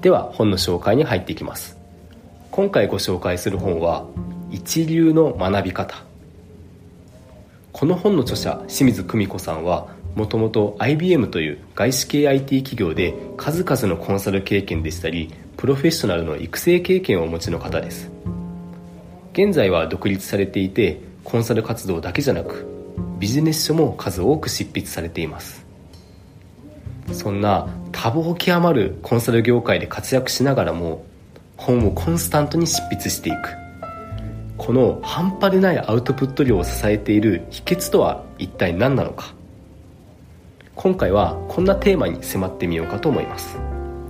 では本の紹介に入っていきます。今回ご紹介する本は一流の学び方。この本の著者清水久美子さんはもともと IBM という外資系 IT 企業で数々のコンサル経験でしたりプロフェッショナルの育成経験をお持ちの方です。現在は独立されていてコンサル活動だけじゃなくビジネス書も数多く執筆されています。そんな多忙極まるコンサル業界で活躍しながらも本をコンスタントに執筆していく、この半端でないアウトプット量を支えている秘訣とは一体何なのか。今回はこんなテーマに迫ってみようかと思います。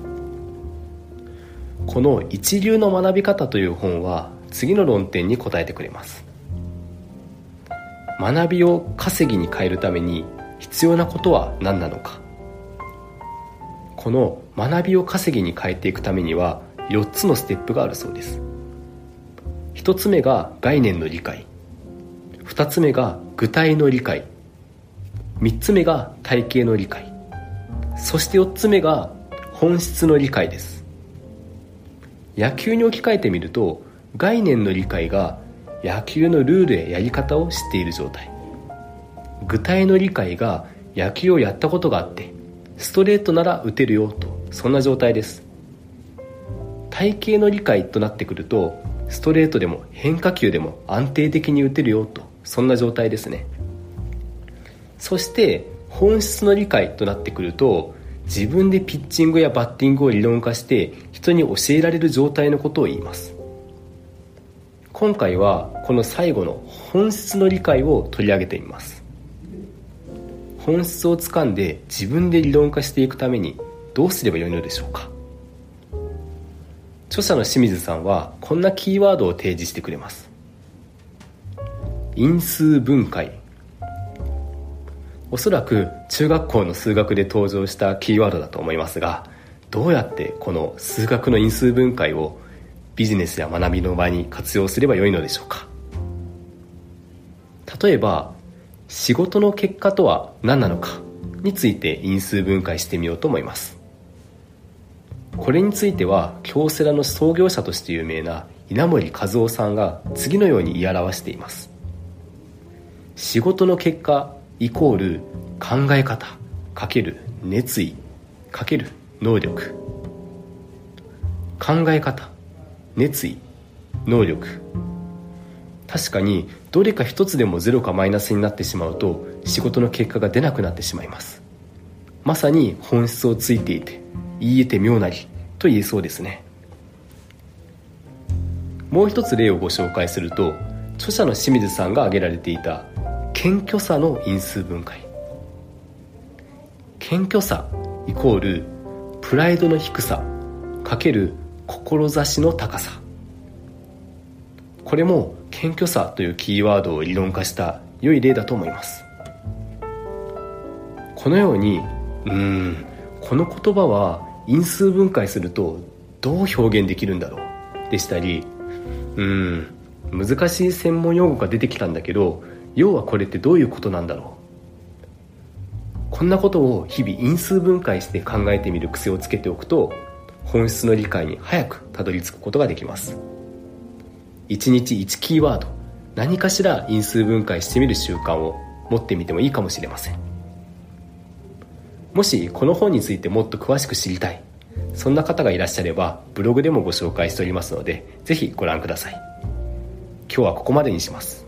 この一流の学び方という本は次の論点に答えてくれます。学びを稼ぎに変えるために必要なことは何なのか。この学びを稼ぎに変えていくためには4つのステップがあるそうです。1つ目が概念の理解、2つ目が具体の理解、3つ目が体系の理解、そして4つ目が本質の理解です。野球に置き換えてみると、概念の理解が野球のルールややり方を知っている状態、具体の理解が野球をやったことがあってストレートなら打てるよと、そんな状態です。体系の理解となってくると、ストレートでも変化球でも安定的に打てるよと、そんな状態ですね。そして本質の理解となってくると、自分でピッチングやバッティングを理論化して人に教えられる状態のことを言います。今回はこの最後の本質の理解を取り上げてみます。本質をつかんで自分で理論化していくためにどうすればよいのでしょうか。著者の清水さんはこんなキーワードを提示してくれます。因数分解。おそらく中学校の数学で登場したキーワードだと思いますが、どうやってこの数学の因数分解をビジネスや学びの場に活用すればよいのでしょうか。例えば仕事の結果とは何なのかについて因数分解してみようと思います。これについては京セラの創業者として有名な稲盛和夫さんが次のように言い表しています。仕事の結果イコール考え方×熱意×能力。考え方、熱意、能力。確かにどれか一つでもゼロかマイナスになってしまうと仕事の結果が出なくなってしまいます。まさに本質をついていて言い得て妙なりと言えそうですね。もう一つ例をご紹介すると、著者の清水さんが挙げられていた謙虚さの因数分解。謙虚さイコールプライドの低さ×志の高さ。これも謙虚さというキーワードを理論化した良い例だと思います。このようにこの言葉は因数分解するとどう表現できるんだろうでしたり、難しい専門用語が出てきたんだけど要はこれってどういうことなんだろう、こんなことを日々因数分解して考えてみる癖をつけておくと本質の理解に早くたどり着くことができます。1日1キーワード、何かしら因数分解してみる習慣を持ってみてもいいかもしれません。もしこの本についてもっと詳しく知りたい、そんな方がいらっしゃればブログでもご紹介しておりますので、ぜひご覧ください。今日はここまでにします。